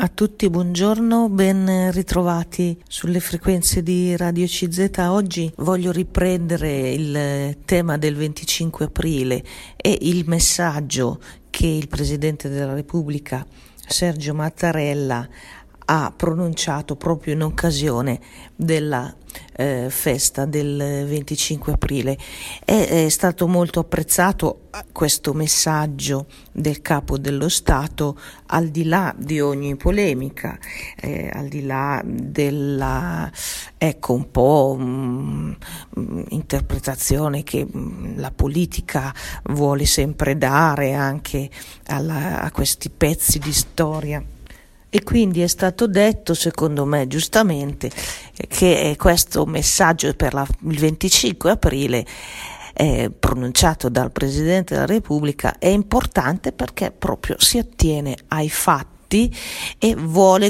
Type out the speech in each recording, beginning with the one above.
A tutti buongiorno, ben ritrovati sulle frequenze di Radio CZ. Oggi voglio riprendere il tema del 25 aprile e il messaggio che il Presidente della Repubblica Sergio Mattarella ha pronunciato proprio in occasione della festa del 25 aprile. È stato molto apprezzato questo messaggio del Capo dello Stato, al di là di ogni polemica, al di là della un po' interpretazione che la politica vuole sempre dare anche a questi pezzi di storia. E quindi è stato detto, secondo me giustamente, che questo messaggio per il 25 aprile pronunciato dal Presidente della Repubblica è importante perché proprio si attiene ai fatti e vuole,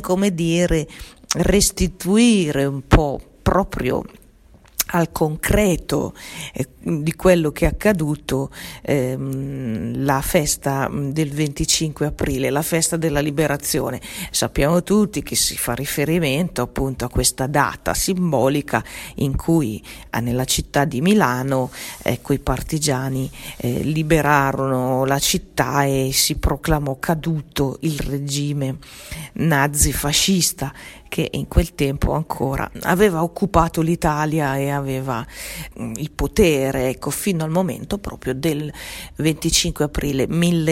restituire un po' proprio al concreto di quello che è accaduto la festa del 25 aprile, la festa della liberazione. Sappiamo tutti che si fa riferimento appunto a questa data simbolica in cui nella città di Milano i partigiani liberarono la città e si proclamò caduto il regime nazifascista che in quel tempo ancora aveva occupato l'Italia e aveva il potere, fino al momento proprio del 25 aprile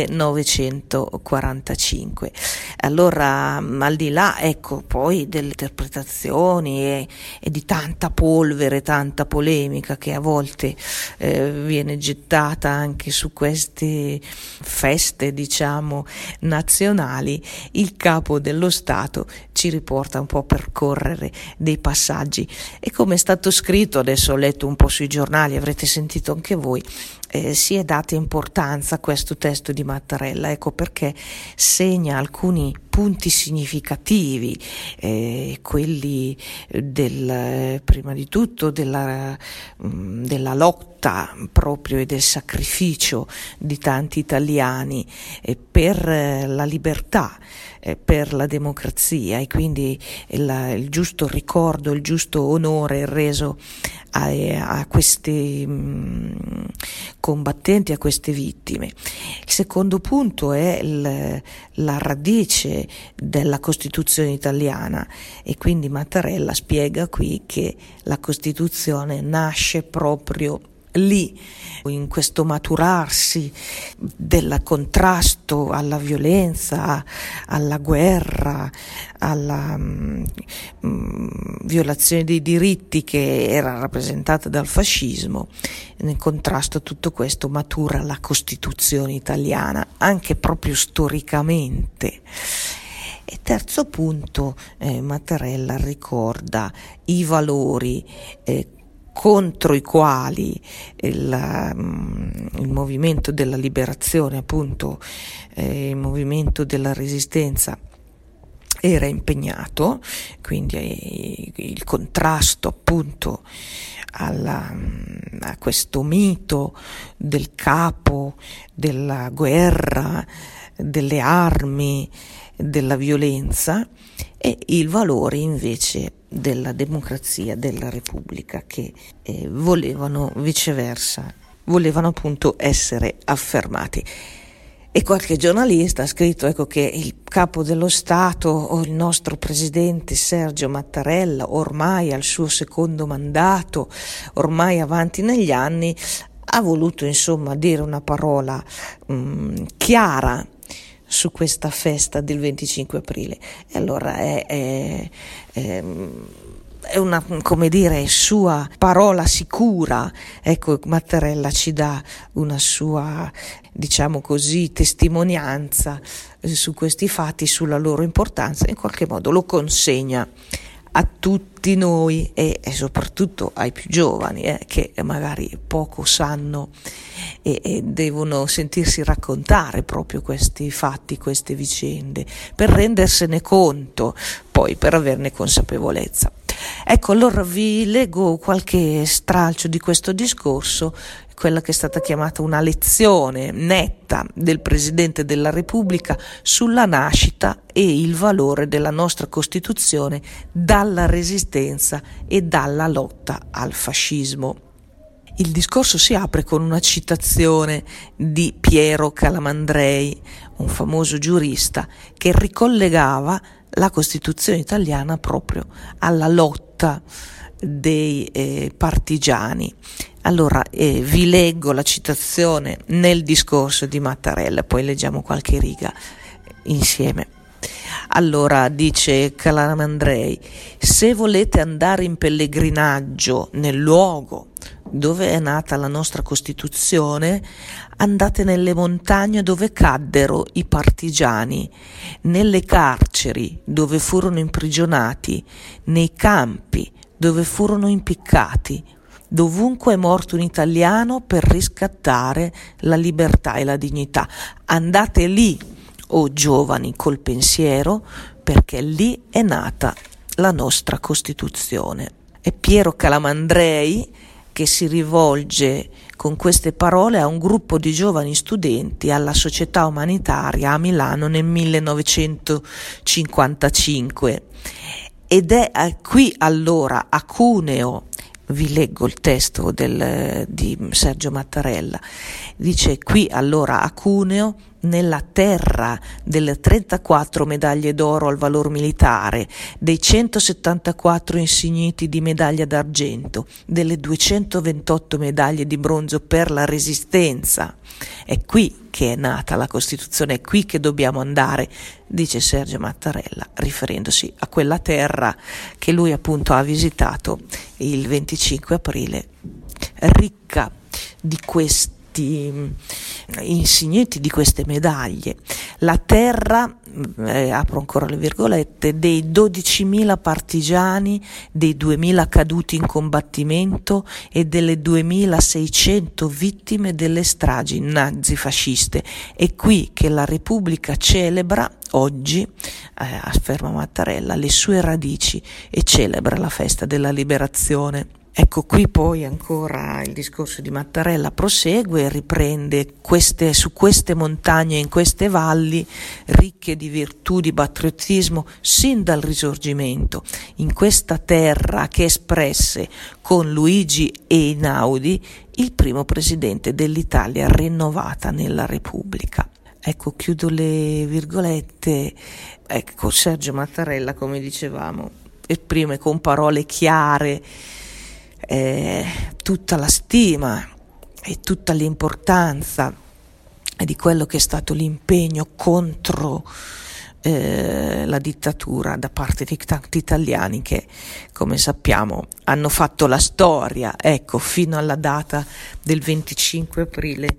1945. Allora, al di là, poi delle interpretazioni e di tanta polvere, tanta polemica che a volte viene gettata anche su queste feste, nazionali, il Capo dello Stato ci riporta un po' a percorrere dei passaggi e, come è stato scritto, adesso ho letto un po' sui giornali, avrete sentito anche voi, si è data importanza a questo testo di Mattarella, perché segna alcuni punti significativi, quelli prima di tutto della lotta proprio e del sacrificio di tanti italiani per la libertà, per la democrazia, e quindi il giusto ricordo, il giusto onore reso a questi combattenti, a queste vittime. Il secondo punto è la radice della Costituzione italiana, e quindi Mattarella spiega qui che la Costituzione nasce proprio lì, in questo maturarsi del contrasto alla violenza, alla guerra, alla violazione dei diritti che era rappresentata dal fascismo. Nel contrasto a tutto questo matura la Costituzione italiana, anche proprio storicamente. E terzo punto, Mattarella ricorda i valori contro i quali il movimento della liberazione, appunto il movimento della resistenza era impegnato, quindi il contrasto appunto a questo mito del capo, della guerra, delle armi, della violenza, e i valori invece della democrazia, della Repubblica, che volevano appunto essere affermati. E qualche giornalista ha scritto che il Capo dello Stato, o il nostro Presidente Sergio Mattarella, ormai al suo secondo mandato, ormai avanti negli anni, ha voluto dire una parola chiara su questa festa del 25 aprile. E allora è una, sua parola sicura. Mattarella ci dà una sua, testimonianza su questi fatti, sulla loro importanza, in qualche modo lo consegna a tutti noi e soprattutto ai più giovani, che magari poco sanno e devono sentirsi raccontare proprio questi fatti, queste vicende, per rendersene conto, poi per averne consapevolezza. Ecco, allora vi leggo qualche stralcio di questo discorso, quella che è stata chiamata una lezione netta del Presidente della Repubblica sulla nascita e il valore della nostra Costituzione dalla resistenza e dalla lotta al fascismo. Il discorso si apre con una citazione di Piero Calamandrei, un famoso giurista che ricollegava la Costituzione italiana proprio alla lotta dei partigiani. Allora vi leggo la citazione nel discorso di Mattarella, poi leggiamo qualche riga insieme. Allora dice Calamandrei: se volete andare in pellegrinaggio nel luogo dove è nata la nostra Costituzione, andate nelle montagne dove caddero i partigiani, nelle carceri dove furono imprigionati, nei campi dove furono impiccati. Dovunque è morto un italiano per riscattare la libertà e la dignità. Andate lì, o giovani col pensiero, perché lì è nata la nostra Costituzione. È Piero Calamandrei che si rivolge con queste parole a un gruppo di giovani studenti alla Società Umanitaria a Milano nel 1955. Ed è qui allora a Cuneo, vi leggo il testo di Sergio Mattarella, dice: qui allora a Cuneo, nella terra delle 34 medaglie d'oro al valor militare, dei 174 insigniti di medaglia d'argento, delle 228 medaglie di bronzo per la resistenza. È qui che è nata la Costituzione, è qui che dobbiamo andare, dice Sergio Mattarella, riferendosi a quella terra che lui appunto ha visitato il 25 aprile, ricca di questi insigniti, di queste medaglie, la terra, apro ancora le virgolette, dei 12.000 partigiani, dei 2.000 caduti in combattimento e delle 2.600 vittime delle stragi nazifasciste. È qui che la Repubblica celebra oggi, afferma Mattarella, le sue radici e celebra la festa della liberazione. Ecco, qui poi ancora il discorso di Mattarella prosegue e riprende su queste montagne, in queste valli ricche di virtù, di patriottismo, sin dal Risorgimento, in questa terra che espresse con Luigi Einaudi il primo presidente dell'Italia rinnovata nella Repubblica. Ecco, chiudo le virgolette. Ecco, Sergio Mattarella, come dicevamo, esprime con parole chiare tutta la stima e tutta l'importanza di quello che è stato l'impegno contro la dittatura da parte di tanti italiani che, come sappiamo, hanno fatto la storia, ecco, fino alla data del 25 aprile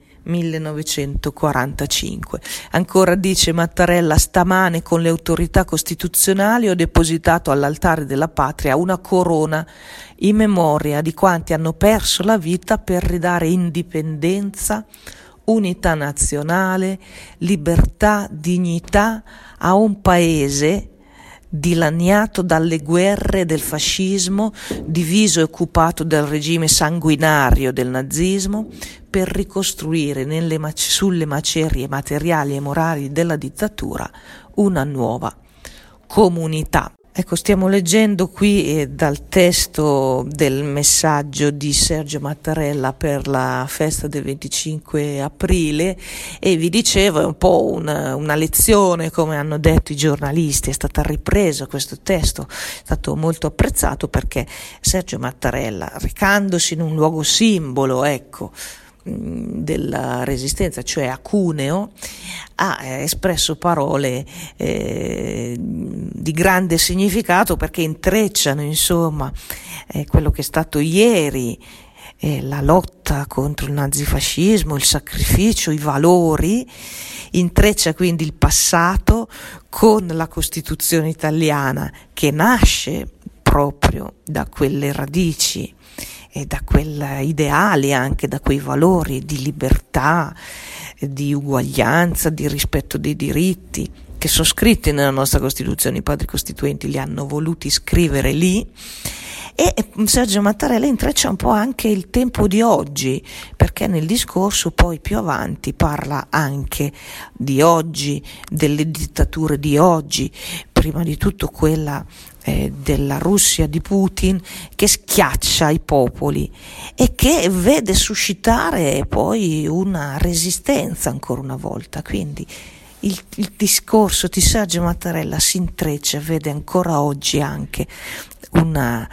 1945. Ancora dice Mattarella: stamane con le autorità costituzionali ho depositato all'altare della patria una corona in memoria di quanti hanno perso la vita per ridare indipendenza, unità nazionale, libertà, dignità a un paese dilaniato dalle guerre del fascismo, diviso e occupato dal regime sanguinario del nazismo, per ricostruire sulle macerie materiali e morali della dittatura una nuova comunità. Ecco, stiamo leggendo qui dal testo del messaggio di Sergio Mattarella per la festa del 25 aprile e vi dicevo, è un po' una lezione, come hanno detto i giornalisti, è stata ripresa questo testo, è stato molto apprezzato perché Sergio Mattarella, recandosi in un luogo simbolo, ecco, della resistenza, cioè a Cuneo, ha espresso parole di grande significato perché intrecciano insomma quello che è stato ieri la lotta contro il nazifascismo, il sacrificio, i valori, intreccia quindi il passato con la Costituzione italiana che nasce proprio da quelle radici e da quei ideali, anche da quei valori di libertà, di uguaglianza, di rispetto dei diritti che sono scritti nella nostra Costituzione, i padri costituenti li hanno voluti scrivere lì. E Sergio Mattarella intreccia un po' anche il tempo di oggi, perché nel discorso poi più avanti parla anche di oggi, delle dittature di oggi, prima di tutto quella della Russia di Putin, che schiaccia i popoli e che vede suscitare poi una resistenza ancora una volta. Quindi il discorso di Sergio Mattarella si intreccia, vede ancora oggi anche un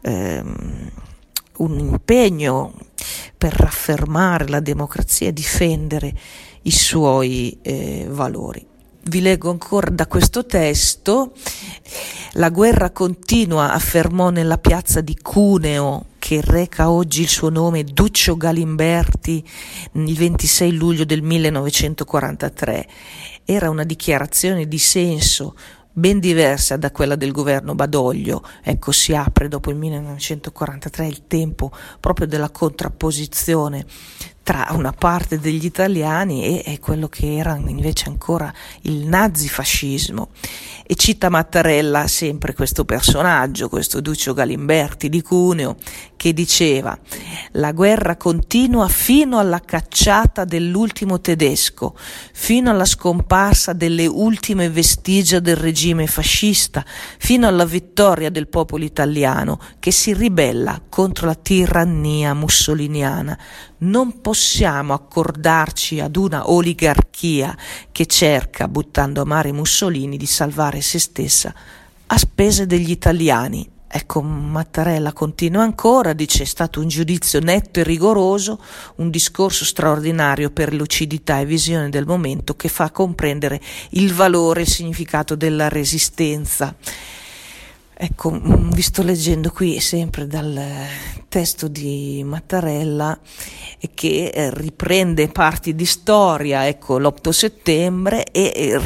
impegno per raffermare la democrazia e difendere i suoi valori. Vi leggo ancora da questo testo: la guerra continua, affermò nella piazza di Cuneo, che reca oggi il suo nome, Duccio Galimberti il 26 luglio del 1943. Era una dichiarazione di senso ben diversa da quella del governo Badoglio. Ecco, si apre dopo il 1943 il tempo proprio della contrapposizione tra una parte degli italiani e quello che era invece ancora il nazifascismo. E cita Mattarella sempre questo personaggio, questo Duccio Galimberti di Cuneo, che diceva: la guerra continua fino alla cacciata dell'ultimo tedesco, fino alla scomparsa delle ultime vestigia del regime fascista, fino alla vittoria del popolo italiano che si ribella contro la tirannia mussoliniana. Non possiamo accordarci ad una oligarchia che cerca, buttando a mare Mussolini, di salvare se stessa a spese degli italiani. Ecco, Mattarella continua ancora, dice: è stato un giudizio netto e rigoroso, un discorso straordinario per lucidità e visione del momento, che fa comprendere il valore e il significato della resistenza. Ecco, vi sto leggendo qui sempre dal testo di Mattarella, che riprende parti di storia, ecco, l'8 settembre, e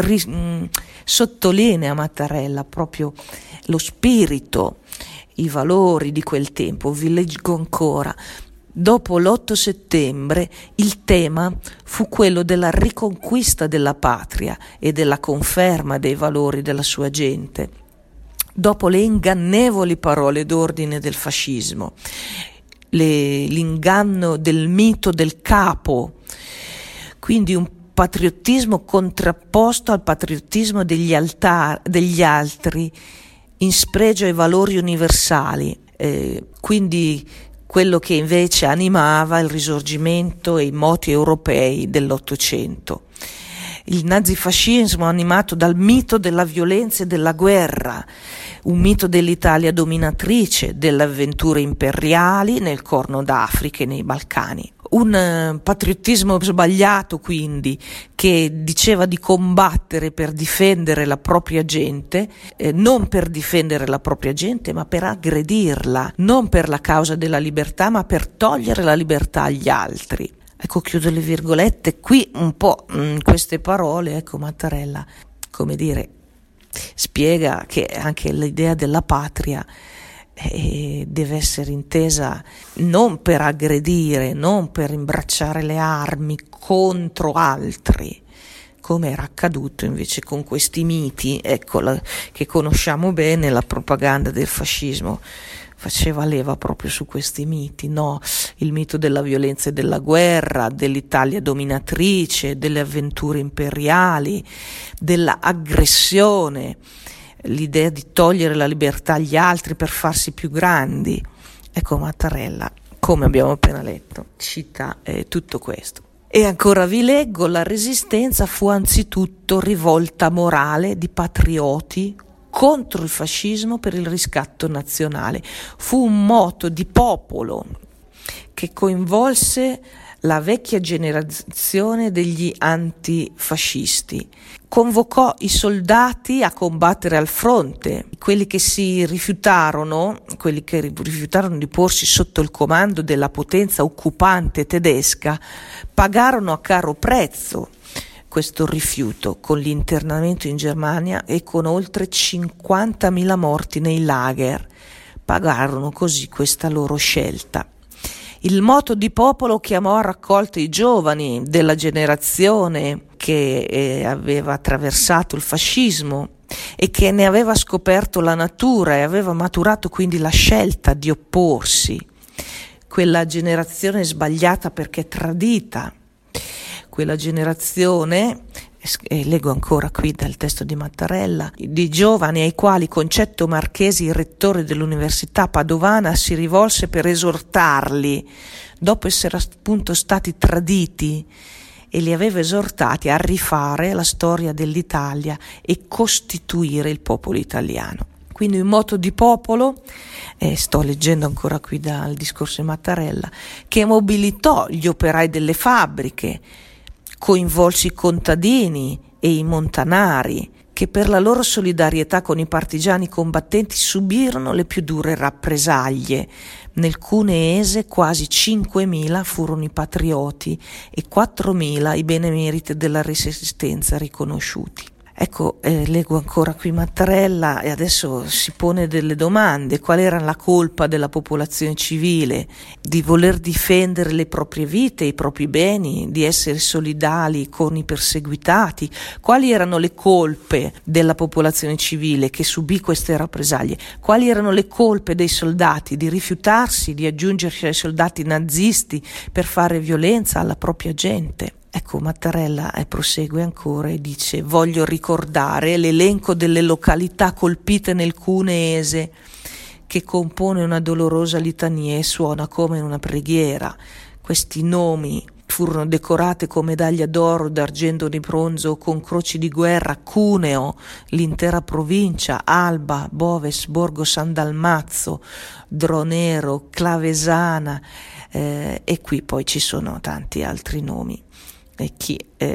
sottolinea Mattarella proprio lo spirito, i valori di quel tempo. Vi leggo ancora: dopo l'8 settembre il tema fu quello della riconquista della patria e della conferma dei valori della sua gente. Dopo le ingannevoli parole d'ordine del fascismo, l'inganno del mito del capo, quindi un patriottismo contrapposto al patriottismo degli altri, in spregio ai valori universali, quindi quello che invece animava il risorgimento e i moti europei dell'Ottocento. Il nazifascismo animato dal mito della violenza e della guerra, un mito dell'Italia dominatrice, delle avventure imperiali nel Corno d'Africa e nei Balcani. Un patriottismo sbagliato, quindi, che diceva di combattere per difendere la propria gente, non per difendere la propria gente, ma per aggredirla, non per la causa della libertà, ma per togliere la libertà agli altri. Ecco, chiudo le virgolette, qui un po' queste parole, ecco, Mattarella, come dire, spiega che anche l'idea della patria deve essere intesa non per aggredire, non per imbracciare le armi contro altri, come era accaduto invece con questi miti, ecco, che conosciamo bene. La propaganda del fascismo faceva leva proprio su questi miti, no? Il mito della violenza e della guerra, dell'Italia dominatrice, delle avventure imperiali, della aggressione, l'idea di togliere la libertà agli altri per farsi più grandi. Ecco, Mattarella, come abbiamo appena letto, cita tutto questo. E ancora vi leggo: la resistenza fu anzitutto rivolta morale di patrioti contro il fascismo per il riscatto nazionale. Fu un moto di popolo che coinvolse la vecchia generazione degli antifascisti. Convocò i soldati a combattere al fronte. Quelli che rifiutarono di porsi sotto il comando della potenza occupante tedesca pagarono a caro prezzo questo rifiuto, con l'internamento in Germania e con oltre 50.000 morti nei lager. Pagarono così questa loro scelta. Il moto di popolo chiamò a raccolta i giovani della generazione che aveva attraversato il fascismo e che ne aveva scoperto la natura e aveva maturato quindi la scelta di opporsi. Quella generazione sbagliata perché tradita, quella generazione, leggo ancora qui dal testo di Mattarella, di giovani ai quali Concetto Marchesi, il rettore dell'Università Padovana, si rivolse per esortarli, dopo essere appunto stati traditi, e li aveva esortati a rifare la storia dell'Italia e costituire il popolo italiano. Quindi un moto di popolo, sto leggendo ancora qui dal discorso di Mattarella, che mobilitò gli operai delle fabbriche, coinvolse i contadini e i montanari, che per la loro solidarietà con i partigiani combattenti subirono le più dure rappresaglie. Nel cuneese quasi 5.000 furono i patrioti e 4.000 i benemeriti della resistenza riconosciuti. Ecco, leggo ancora qui Mattarella e adesso si pone delle domande. Qual era la colpa della popolazione civile? Di voler difendere le proprie vite, i propri beni, di essere solidali con i perseguitati? Quali erano le colpe della popolazione civile che subì queste rappresaglie? Quali erano le colpe dei soldati di rifiutarsi di aggiungersi ai soldati nazisti per fare violenza alla propria gente? Ecco, Mattarella prosegue ancora e dice: voglio ricordare l'elenco delle località colpite nel cuneese, che compone una dolorosa litania e suona come una preghiera. Questi nomi furono decorate con medaglia d'oro, d'argento, di bronzo, con croci di guerra: Cuneo, l'intera provincia, Alba, Boves, Borgo San Dalmazzo, Dronero, Clavesana, e qui poi ci sono tanti altri nomi. E chi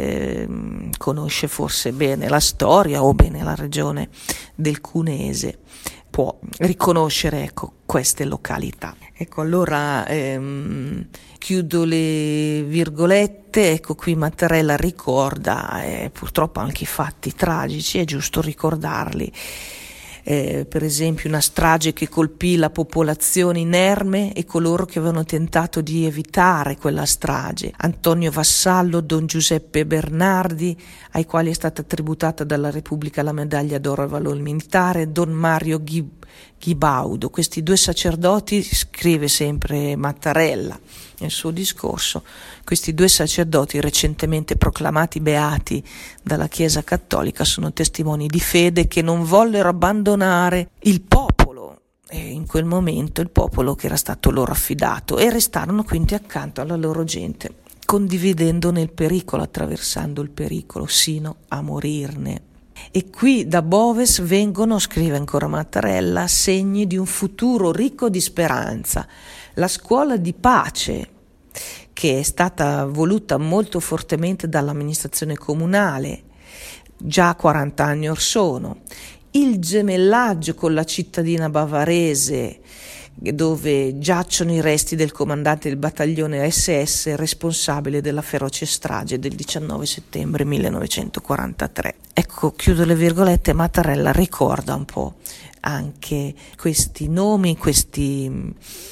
conosce forse bene la storia o bene la regione del Cuneese può riconoscere, ecco, queste località. Ecco, allora chiudo le virgolette. Ecco, qui Mattarella ricorda purtroppo anche i fatti tragici, è giusto ricordarli. Per esempio una strage che colpì la popolazione inerme e coloro che avevano tentato di evitare quella strage: Antonio Vassallo, Don Giuseppe Bernardi, ai quali è stata tributata dalla Repubblica la medaglia d'oro al valore militare, Don Mario Ghibaudo. Questi due sacerdoti, scrive sempre Mattarella nel suo discorso, questi due sacerdoti recentemente proclamati beati dalla Chiesa Cattolica sono testimoni di fede che non vollero abbandonare il popolo, in quel momento il popolo che era stato loro affidato, e restarono quindi accanto alla loro gente, condividendone il pericolo, attraversando il pericolo sino a morirne. E qui da Boves vengono, scrive ancora Mattarella, segni di un futuro ricco di speranza. La scuola di pace, che è stata voluta molto fortemente dall'amministrazione comunale già 40 anni or sono, il gemellaggio con la cittadina bavarese, dove giacciono i resti del comandante del battaglione SS responsabile della feroce strage del 19 settembre 1943. Ecco, chiudo le virgolette. Mattarella ricorda un po' anche questi nomi, queste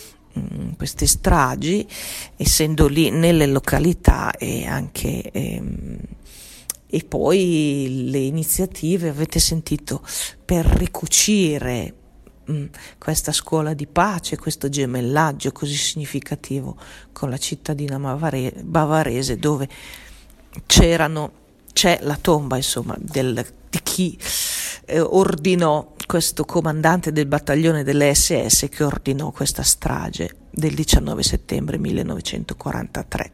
stragi, essendo lì nelle località, e anche e poi le iniziative, avete sentito, per ricucire questa scuola di pace, questo gemellaggio così significativo con la cittadina bavarese, dove c'è la tomba, insomma, di chi ordinò, questo comandante del battaglione delle SS che ordinò questa strage del 19 settembre 1943.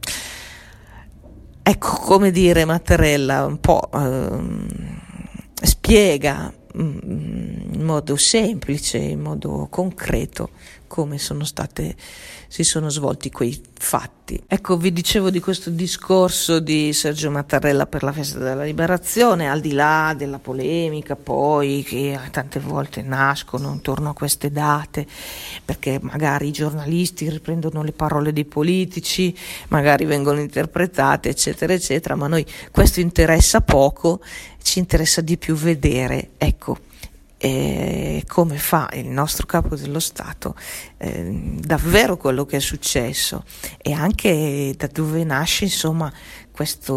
Ecco, come dire, Mattarella un po' spiega in modo semplice, in modo concreto, come si sono svolti quei fatti. Ecco, vi dicevo di questo discorso di Sergio Mattarella per la festa della liberazione, al di là della polemica poi che tante volte nascono intorno a queste date, perché magari i giornalisti riprendono le parole dei politici, magari vengono interpretate, eccetera, eccetera, ma a noi questo interessa poco, ci interessa di più vedere, ecco, come fa il nostro capo dello Stato davvero quello che è successo, e anche da dove nasce insomma questa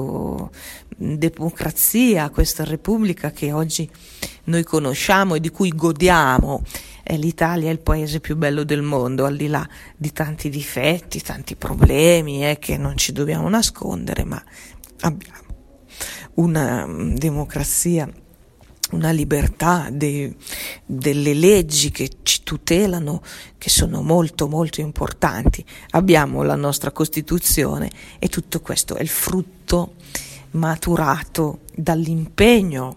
democrazia, questa repubblica che oggi noi conosciamo e di cui godiamo. L'Italia è il paese più bello del mondo, al di là di tanti difetti, tanti problemi che non ci dobbiamo nascondere, ma abbiamo una democrazia, una libertà, delle leggi che ci tutelano, che sono molto molto importanti. Abbiamo la nostra Costituzione, e tutto questo è il frutto maturato dall'impegno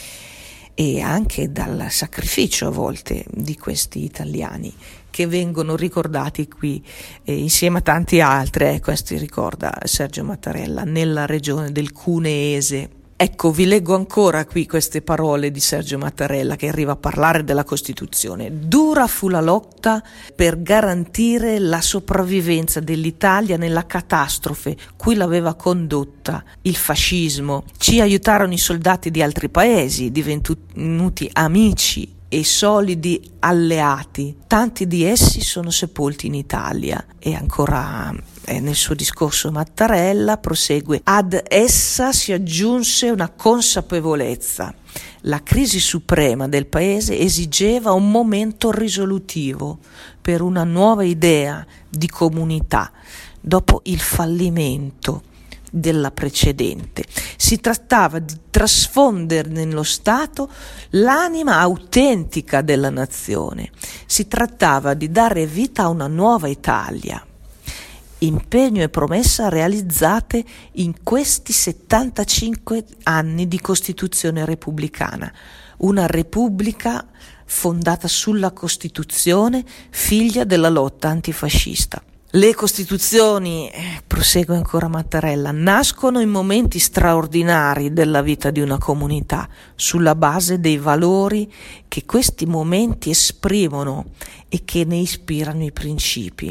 e anche dal sacrificio a volte di questi italiani, che vengono ricordati qui insieme a tanti altri. Questi ricorda Sergio Mattarella, nella regione del Cuneese. Ecco, vi leggo ancora qui queste parole di Sergio Mattarella, che arriva a parlare della Costituzione. Dura fu la lotta per garantire la sopravvivenza dell'Italia nella catastrofe cui l'aveva condotta il fascismo. Ci aiutarono i soldati di altri paesi, divenuti amici e solidi alleati. Tanti di essi sono sepolti in Italia. E ancora nel suo discorso Mattarella prosegue: ad essa si aggiunse una consapevolezza. La crisi suprema del paese esigeva un momento risolutivo per una nuova idea di comunità dopo il fallimento della precedente. Si trattava di trasfondere nello Stato l'anima autentica della nazione. Si trattava di dare vita a una nuova Italia. Impegno e promessa realizzate in questi 75 anni di Costituzione repubblicana. Una repubblica fondata sulla Costituzione, figlia della lotta antifascista. Le Costituzioni, prosegue ancora Mattarella, nascono in momenti straordinari della vita di una comunità, sulla base dei valori che questi momenti esprimono e che ne ispirano i principi.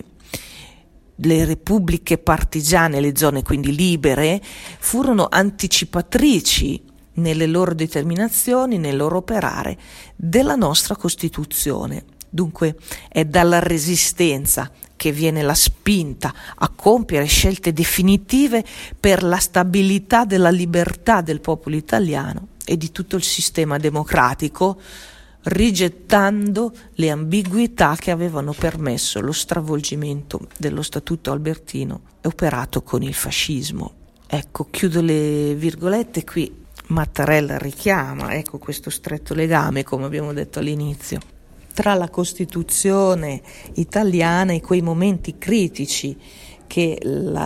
Le repubbliche partigiane, le zone quindi libere, furono anticipatrici nelle loro determinazioni, nel loro operare, della nostra Costituzione. Dunque è dalla resistenza che viene la spinta a compiere scelte definitive per la stabilità della libertà del popolo italiano e di tutto il sistema democratico, rigettando le ambiguità che avevano permesso lo stravolgimento dello Statuto albertino operato con il fascismo. Ecco, chiudo le virgolette qui. Mattarella richiama, questo stretto legame, come abbiamo detto all'inizio, tra la Costituzione italiana e quei momenti critici che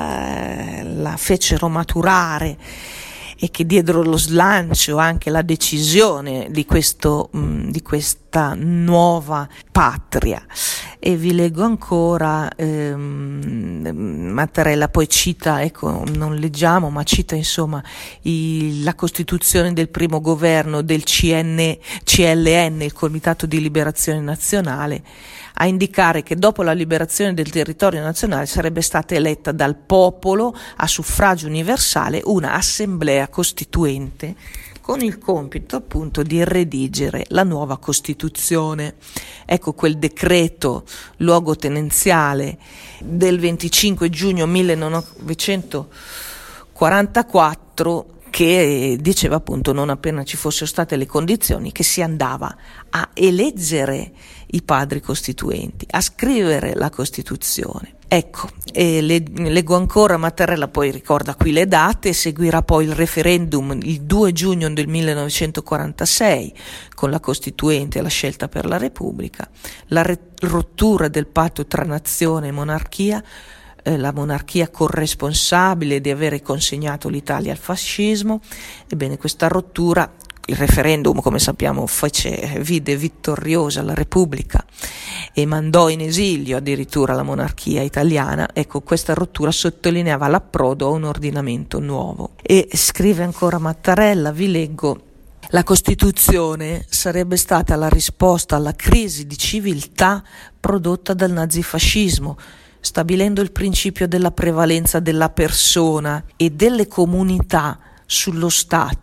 la fecero maturare e che diedero lo slancio, anche la decisione di questa nuova patria. E vi leggo ancora, Mattarella poi cita, non leggiamo, ma cita insomma la costituzione del primo governo del CLN, il Comitato di Liberazione Nazionale, a indicare che dopo la liberazione del territorio nazionale sarebbe stata eletta dal popolo a suffragio universale una assemblea costituente con il compito appunto di redigere la nuova Costituzione. Ecco quel decreto luogotenenziale del 25 giugno 1944 che diceva appunto, non appena ci fossero state le condizioni, che si andava a eleggere i padri costituenti, a scrivere la Costituzione. Ecco, leggo ancora, Mattarella poi ricorda qui le date, seguirà poi il referendum il 2 giugno del 1946 con la Costituente e la scelta per la Repubblica, la rottura del patto tra nazione e monarchia, la monarchia corresponsabile di avere consegnato l'Italia al fascismo. Ebbene, questa rottura, il referendum come sappiamo vide vittoriosa la Repubblica e mandò in esilio addirittura la monarchia italiana. Ecco, questa rottura sottolineava l'approdo a un ordinamento nuovo. E scrive ancora Mattarella, vi leggo: la Costituzione sarebbe stata la risposta alla crisi di civiltà prodotta dal nazifascismo, stabilendo il principio della prevalenza della persona e delle comunità sullo Stato,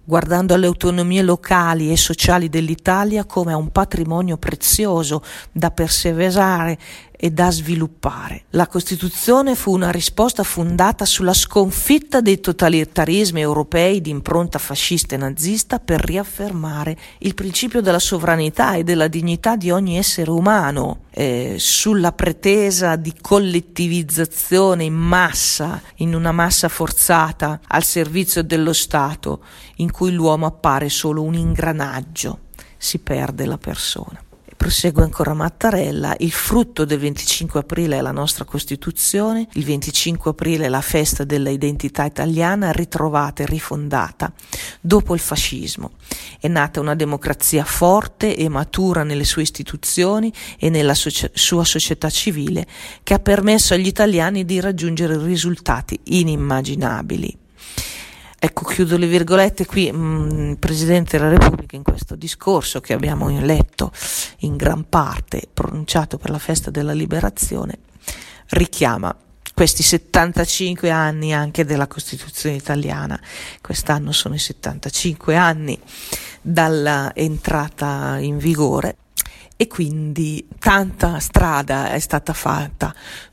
guardando alle autonomie locali e sociali dell'Italia come a un patrimonio prezioso da perseverare e da sviluppare. La Costituzione fu una risposta fondata sulla sconfitta dei totalitarismi europei di impronta fascista e nazista per riaffermare il principio della sovranità e della dignità di ogni essere umano, sulla pretesa di collettivizzazione in massa, in una massa forzata al servizio dello Stato, in cui l'uomo appare solo un ingranaggio, si perde la persona. Prosegue ancora Mattarella: il frutto del 25 aprile è la nostra Costituzione, il 25 aprile è la festa della identità italiana ritrovata e rifondata dopo il fascismo. È nata una democrazia forte e matura nelle sue istituzioni e nella sua società civile, che ha permesso agli italiani di raggiungere risultati inimmaginabili. Ecco, chiudo le virgolette qui. Il Presidente della Repubblica, in questo discorso che abbiamo letto in gran parte, pronunciato per la festa della liberazione, richiama questi 75 anni anche della Costituzione italiana. Quest'anno sono i 75 anni dalla entrata in vigore. E quindi tanta strada è stata fatta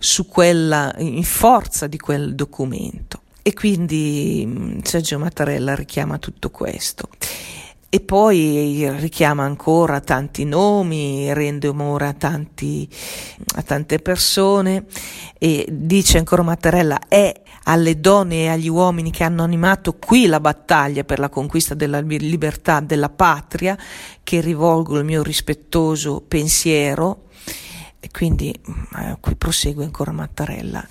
in forza di quel documento. E quindi Sergio Mattarella richiama tutto questo. E poi richiama ancora tanti nomi, rende onore a tante persone, e dice ancora Mattarella: è alle donne e agli uomini che hanno animato qui la battaglia per la conquista della libertà della patria che rivolgo il mio rispettoso pensiero. E quindi qui prosegue ancora Mattarella,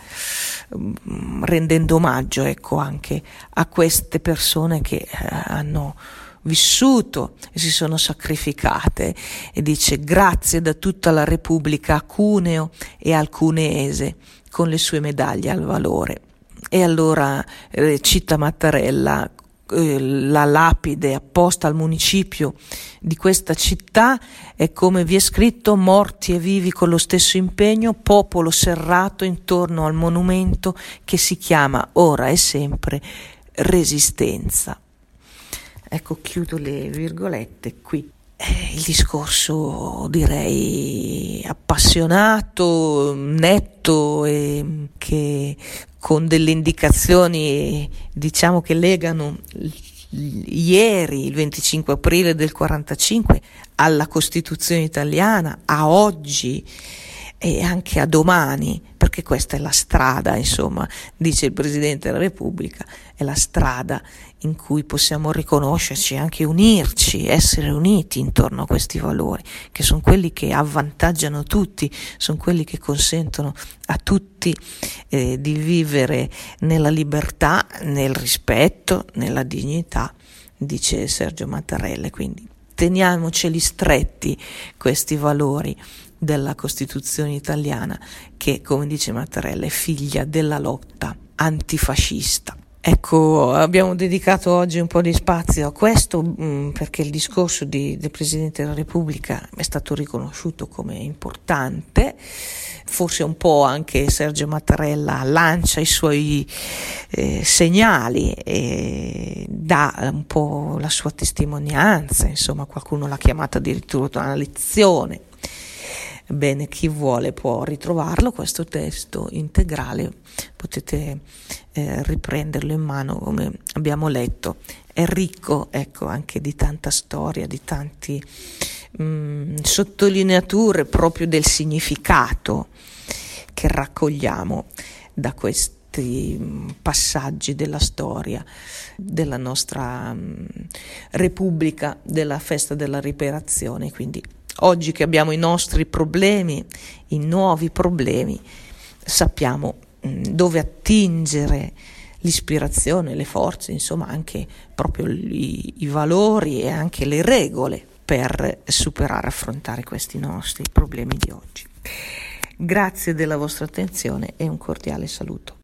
rendendo omaggio, ecco, anche a queste persone che hanno vissuto e si sono sacrificate, e dice: grazie da tutta la Repubblica a Cuneo e al cuneese con le sue medaglie al valore. E allora cita Mattarella la lapide apposta al municipio di questa città, è come vi è scritto: morti e vivi con lo stesso impegno, popolo serrato intorno al monumento che si chiama ora e sempre Resistenza. Ecco, chiudo le virgolette qui. Il discorso, direi, appassionato, netto, e che con delle indicazioni, diciamo, che legano ieri, il 25 aprile del 45, alla Costituzione italiana, a oggi e anche a domani, perché questa è la strada, insomma, dice il Presidente della Repubblica, è la strada in cui possiamo riconoscerci, anche unirci, essere uniti intorno a questi valori, che sono quelli che avvantaggiano tutti, sono quelli che consentono a tutti di vivere nella libertà, nel rispetto, nella dignità, dice Sergio Mattarella. Quindi teniamoceli stretti questi valori della Costituzione italiana, che, come dice Mattarella, è figlia della lotta antifascista. Ecco, abbiamo dedicato oggi un po' di spazio a questo perché il discorso del Presidente della Repubblica è stato riconosciuto come importante. Forse un po' anche Sergio Mattarella lancia i suoi segnali e dà un po' la sua testimonianza, insomma qualcuno l'ha chiamata addirittura una lezione. Bene, chi vuole può ritrovarlo, questo testo integrale, potete riprenderlo in mano, come abbiamo letto. È ricco, ecco, anche di tanta storia, di tanti sottolineature proprio del significato che raccogliamo da questi passaggi della storia della nostra Repubblica, della festa della Liberazione. Quindi oggi che abbiamo i nostri problemi, i nuovi problemi, sappiamo dove attingere l'ispirazione, le forze, insomma anche proprio i valori e anche le regole per superare, affrontare questi nostri problemi di oggi. Grazie della vostra attenzione e un cordiale saluto.